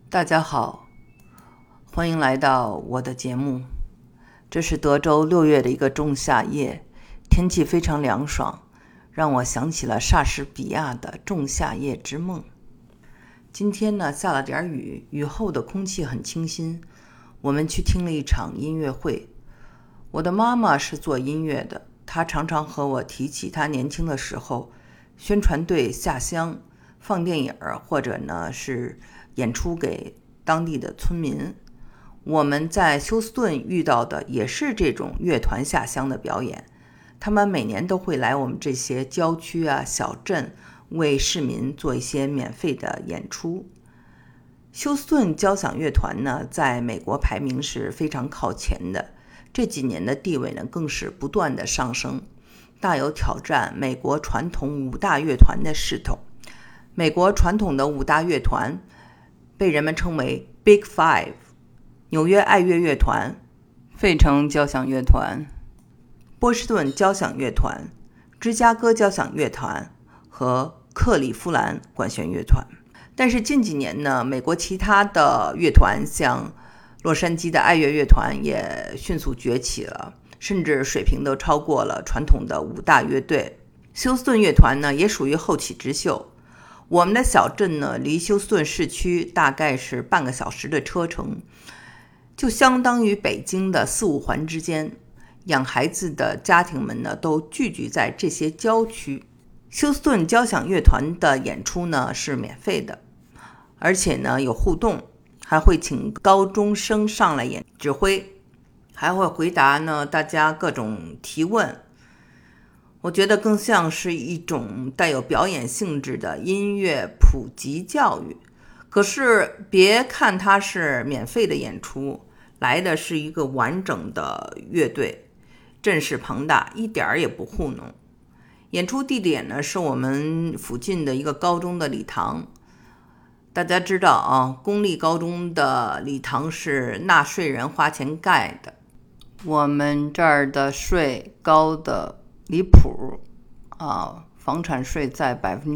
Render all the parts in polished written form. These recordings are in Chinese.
大家好，欢迎来到我的节目。这是德州6月的一个仲夏夜，天气非常凉爽，让我想起了莎士比亚的《仲夏夜之梦》。今天呢，下了点雨，雨后的空气很清新。我们去听了一场音乐会。我的妈妈是做音乐的，她常常和我提起她年轻的时候，宣传队下乡放电影，或者呢是演出给当地的村民。我们在休斯顿遇到的也是这种乐团下乡的表演，他们每年都会来我们这些郊区小镇，为市民做一些免费的演出。休斯顿交响乐团呢，在美国排名是非常靠前的，这几年的地位呢更是不断的上升，大有挑战美国传统5大乐团的势头。美国传统的5大乐团被人们称为 Big Five： 纽约爱乐乐团、费城交响乐团、波士顿交响乐团、芝加哥交响乐团和克利夫兰管弦乐团。但是近几年呢，美国其他的乐团像洛杉矶的爱乐乐团也迅速崛起了，甚至水平都超过了传统的5大乐队。休斯顿乐团呢也属于后起之秀。我们的小镇呢离休斯顿市区大概是半个小时的车程，就相当于北京的4、5环之间。养孩子的家庭们呢都聚集在这些郊区。休斯顿交响乐团的演出呢是免费的，而且呢有互动，还会请高中生上来指挥，还会回答呢大家各种提问。我觉得更像是一种带有表演性质的音乐普及教育。可是别看它是免费的演出，来的是一个完整的乐队，阵势庞大，一点也不糊弄。演出地点呢是我们附近的一个高中的礼堂。大家知道啊，公立高中的礼堂是纳税人花钱盖的，我们这儿的税高的离谱啊，房产税在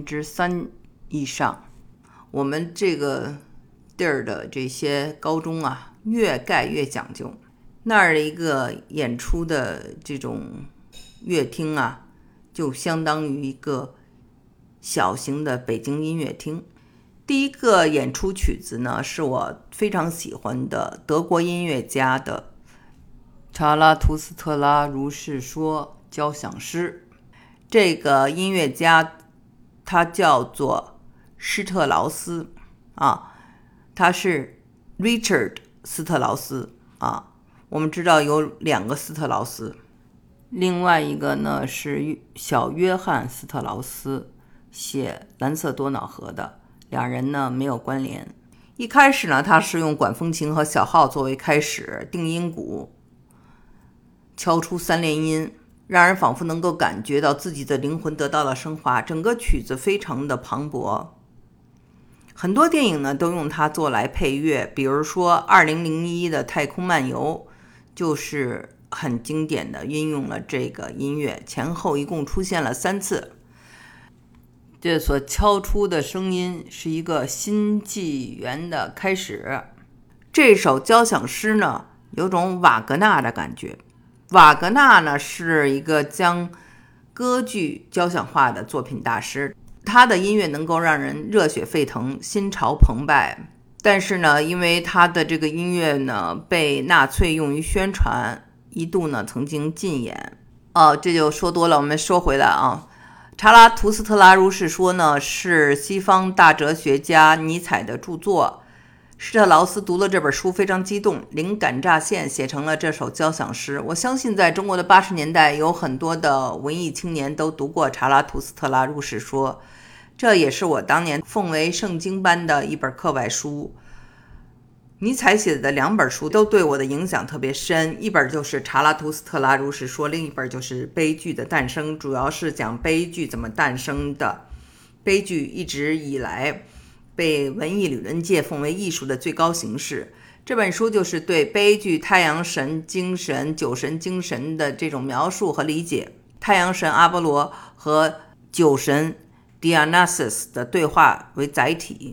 3%以上。我们这个地儿的这些高中啊，越盖越讲究。那儿的一个演出的这种乐厅啊，就相当于一个小型的北京音乐厅。第一个演出曲子呢，是我非常喜欢的德国音乐家的查拉图斯特拉如是说交响诗。这个音乐家他叫做施特劳斯他是 Richard 斯特劳斯我们知道有2个斯特劳斯，另外一个呢是小约翰斯特劳斯，写蓝色多瑙河的，两人呢没有关联。一开始呢，他是用管风琴和小号作为开始，定音鼓敲出3连音，让人仿佛能够感觉到自己的灵魂得到了升华。整个曲子非常的磅礴，很多电影呢都用它做来配乐，比如说2001的太空漫游就是很经典的运用了这个音乐，前后一共出现了3次。这所敲出的声音是一个新纪元的开始。这首交响诗呢有种瓦格纳的感觉。瓦格纳呢是一个将歌剧交响化的作品大师，他的音乐能够让人热血沸腾，心潮澎湃。但是呢，因为他的这个音乐呢被纳粹用于宣传，一度呢曾经禁演。这就说多了，我们说回来啊。查拉图斯特拉如是说呢是西方大哲学家尼采的著作。施特劳斯读了这本书非常激动，灵感乍现，写成了这首交响诗。我相信在中国的80年代有很多的文艺青年都读过查拉图斯特拉如是说，这也是我当年奉为圣经般的一本课外书。尼采写的2本书都对我的影响特别深，一本就是查拉图斯特拉如是说，另一本就是悲剧的诞生，主要是讲悲剧怎么诞生的。悲剧一直以来被文艺理论界奉为艺术的最高形式。这本书就是对悲剧、太阳神精神、酒神精神的这种描述和理解。太阳神阿波罗和酒神 Dionysus 的对话为载体。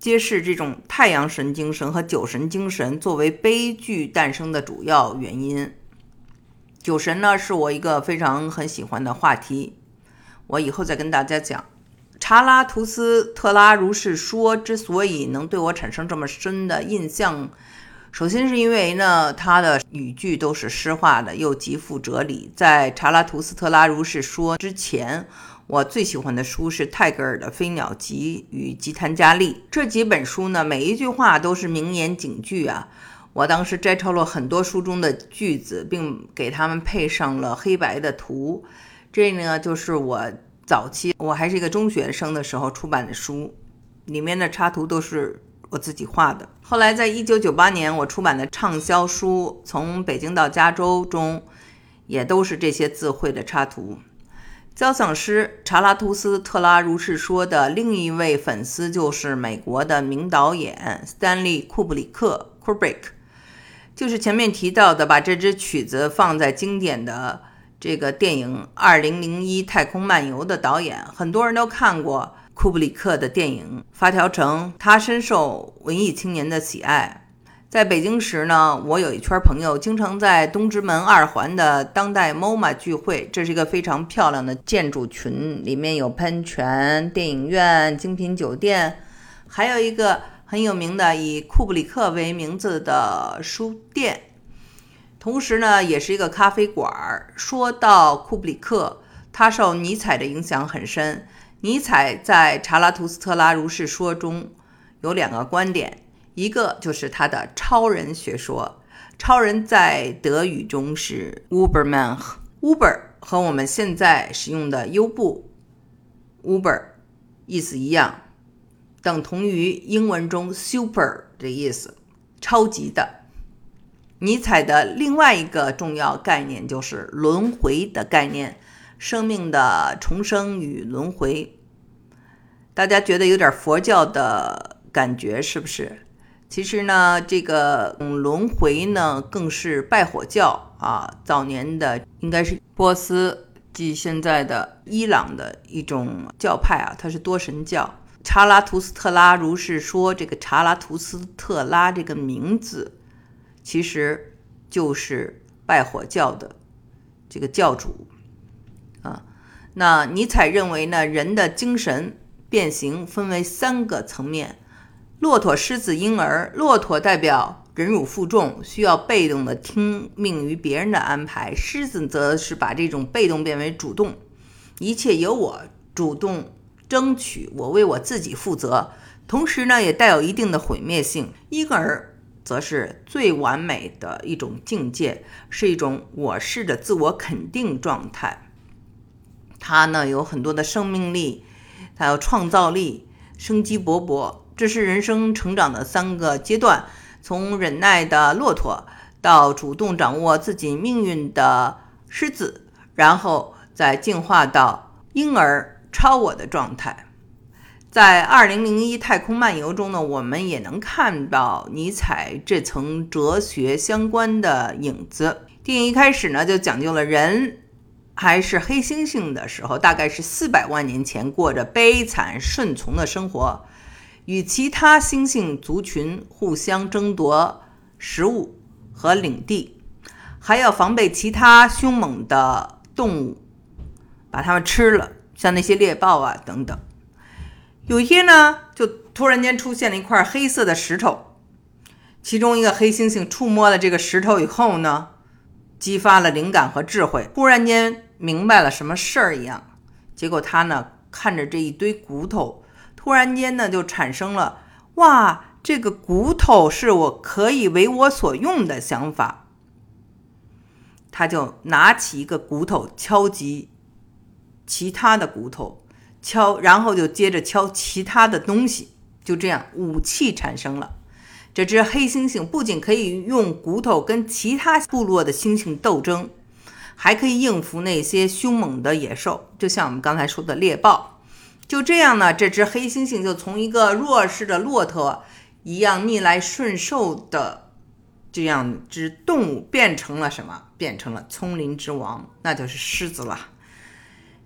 揭示这种太阳神精神和酒神精神作为悲剧诞生的主要原因。酒神呢，是我一个很喜欢的话题，我以后再跟大家讲。查拉图斯特拉如是说之所以能对我产生这么深的印象，首先是因为呢，他的语句都是诗化的，又极富哲理。在查拉图斯特拉如是说之前，我最喜欢的书是泰戈尔的《飞鸟集》与《吉檀迦利》。这几本书呢，每一句话都是名言警句啊。我当时摘抄了很多书中的句子，并给他们配上了黑白的图。这呢，就是我早期我还是一个中学生的时候出版的书，里面的插图都是我自己画的。后来在1998年我出版的畅销书《从北京到加州》中，也都是这些字绘的插图。交响诗查拉图斯特拉如是说的另一位粉丝就是美国的名导演斯坦利·库布里克 Kubrick， 就是前面提到的把这支曲子放在经典的这个电影2001太空漫游的导演。很多人都看过库布里克的电影《发条城》，他深受文艺青年的喜爱。在北京时呢，我有一圈朋友经常在东直门2环的当代 MoMA 聚会，这是一个非常漂亮的建筑群，里面有喷泉、电影院、精品酒店，还有一个很有名的以库布里克为名字的书店，同时呢也是一个咖啡馆。说到库布里克，他受尼采的影响很深。尼采在查拉图斯特拉如是说中有2个观点，一个就是他的超人学说。超人在德语中是 Uberman， Uber 和我们现在使用的优步 Uber 意思一样，等同于英文中 super 的意思，超级的。尼采的另外一个重要概念就是轮回的概念，生命的重生与轮回。大家觉得有点佛教的感觉是不是？其实呢，这个轮回呢更是拜火教啊，早年的应该是波斯即现在的伊朗的一种教派啊，它是多神教。查拉图斯特拉如是说，这个查拉图斯特拉这个名字其实就是拜火教的这个教主啊。那尼采认为呢，人的精神变形分为3个层面：骆驼、狮子、婴儿。骆驼代表忍辱负重，需要被动的听命于别人的安排；狮子则是把这种被动变为主动，一切由我主动争取，我为我自己负责，同时呢也带有一定的毁灭性。婴儿则是最完美的一种境界，是一种我式的自我肯定状态。它呢有很多的生命力，它有创造力，生机勃勃。这是人生成长的3个阶段，从忍耐的骆驼到主动掌握自己命运的狮子，然后再进化到婴儿超我的状态。在2001太空漫游中呢，我们也能看到尼采这层哲学相关的影子。电影一开始呢就讲究了人还是黑猩猩的时候，大概是400万年前，过着悲惨顺从的生活，与其他猩猩族群互相争夺食物和领地，还要防备其他凶猛的动物把它们吃了，像那些猎豹啊等等。有一天呢，就突然间出现了一块黑色的石头，其中一个黑猩猩触摸了这个石头以后呢，激发了灵感和智慧，忽然间明白了什么事儿一样。结果他呢看着这一堆骨头，突然间呢就产生了哇，这个骨头是我可以为我所用的想法。他就拿起一个骨头敲击其他的骨头，然后就接着敲其他的东西，就这样武器产生了。这只黑猩猩不仅可以用骨头跟其他部落的猩猩斗争，还可以应付那些凶猛的野兽，就像我们刚才说的猎豹。就这样呢，这只黑猩猩就从一个弱势的骆驼一样逆来顺受的这样只动物变成了什么？变成了丛林之王，那就是狮子了。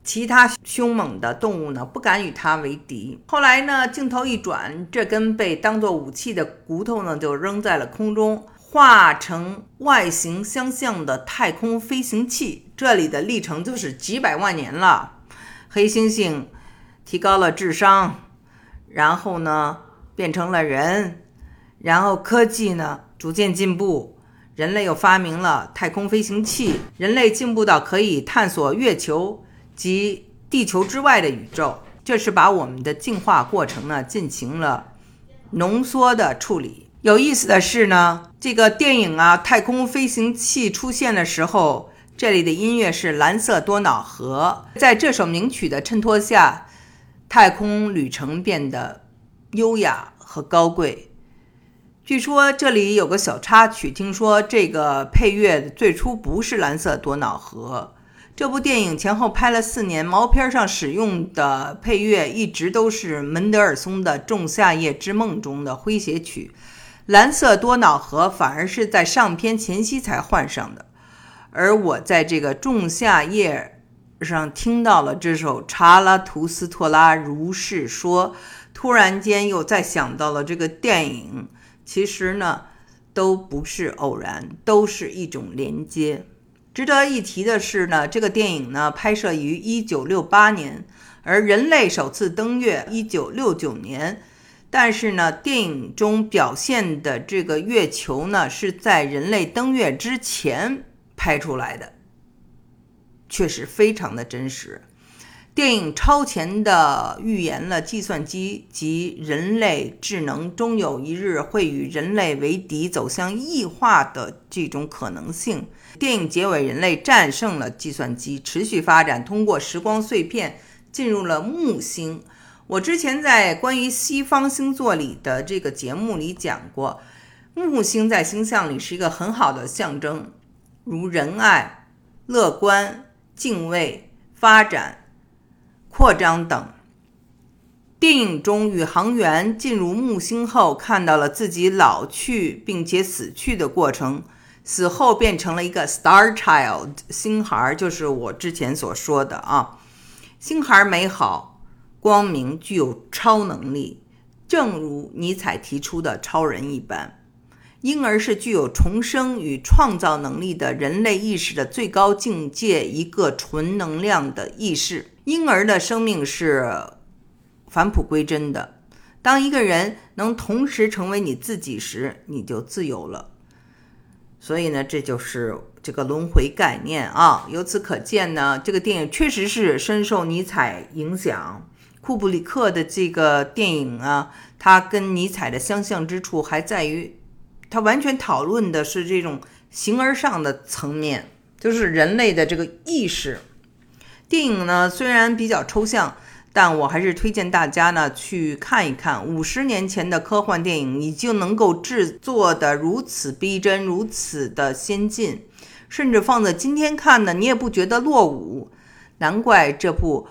其他凶猛的动物呢不敢与它为敌。后来呢，镜头一转，这根被当作武器的骨头呢就扔在了空中，化成外形相像的太空飞行器。这里的历程就是几百万年了。黑猩猩提高了智商，然后呢变成了人，然后科技呢逐渐进步，人类又发明了太空飞行器，人类进步到可以探索月球及地球之外的宇宙。这是把我们的进化过程呢进行了浓缩的处理。有意思的是呢，这个电影太空飞行器出现的时候，这里的音乐是蓝色多瑙河，在这首名曲的衬托下，太空旅程变得优雅和高贵。据说这里有个小插曲，听说这个配乐最初不是蓝色多瑙河。这部电影前后拍了4年，毛片上使用的配乐一直都是门德尔松的《仲夏夜之梦》中的诙谐曲，蓝色多瑙河反而是在上片前夕才换上的。而我在这个仲夏夜上听到了这首查拉图斯特拉如是说，突然间又再想到了这个电影。其实呢都不是偶然，都是一种连接。值得一提的是呢，这个电影呢拍摄于1968年，而人类首次登月1969年。但是呢，电影中表现的这个月球呢是在人类登月之前拍出来的，确实非常的真实。电影超前地预言了计算机及人类智能终有一日会与人类为敌，走向异化的这种可能性。电影结尾，人类战胜了计算机，持续发展，通过时光碎片进入了木星。我之前在关于西方星座里的这个节目里讲过，木星在星象里是一个很好的象征，如仁爱、乐观、敬畏、发展、扩张等。电影中宇航员进入木星后，看到了自己老去并且死去的过程，死后变成了一个 Star Child 星孩，就是我之前所说的星孩美好、光明，具有超能力，正如尼采提出的超人一般。婴儿是具有重生与创造能力的人类意识的最高境界，一个纯能量的意识。婴儿的生命是返璞归真的。当一个人能同时成为你自己时，你就自由了。所以呢，这就是这个轮回概念由此可见呢，这个电影确实是深受尼采影响。库布里克的这个电影它跟尼采的相像之处还在于它完全讨论的是这种形而上的层面，就是人类的这个意识。电影呢虽然比较抽象，但我还是推荐大家呢去看一看。50年前的科幻电影已经能够制作的如此逼真，如此的先进，甚至放在今天看呢，你也不觉得落伍。难怪这部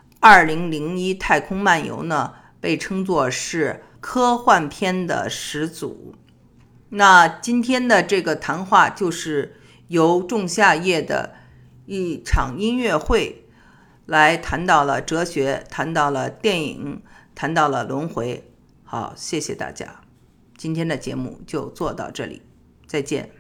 2001太空漫游呢被称作是科幻片的始祖。那今天的这个谈话就是由仲夏夜的一场音乐会来谈到了哲学，谈到了电影，谈到了轮回。好，谢谢大家，今天的节目就做到这里，再见。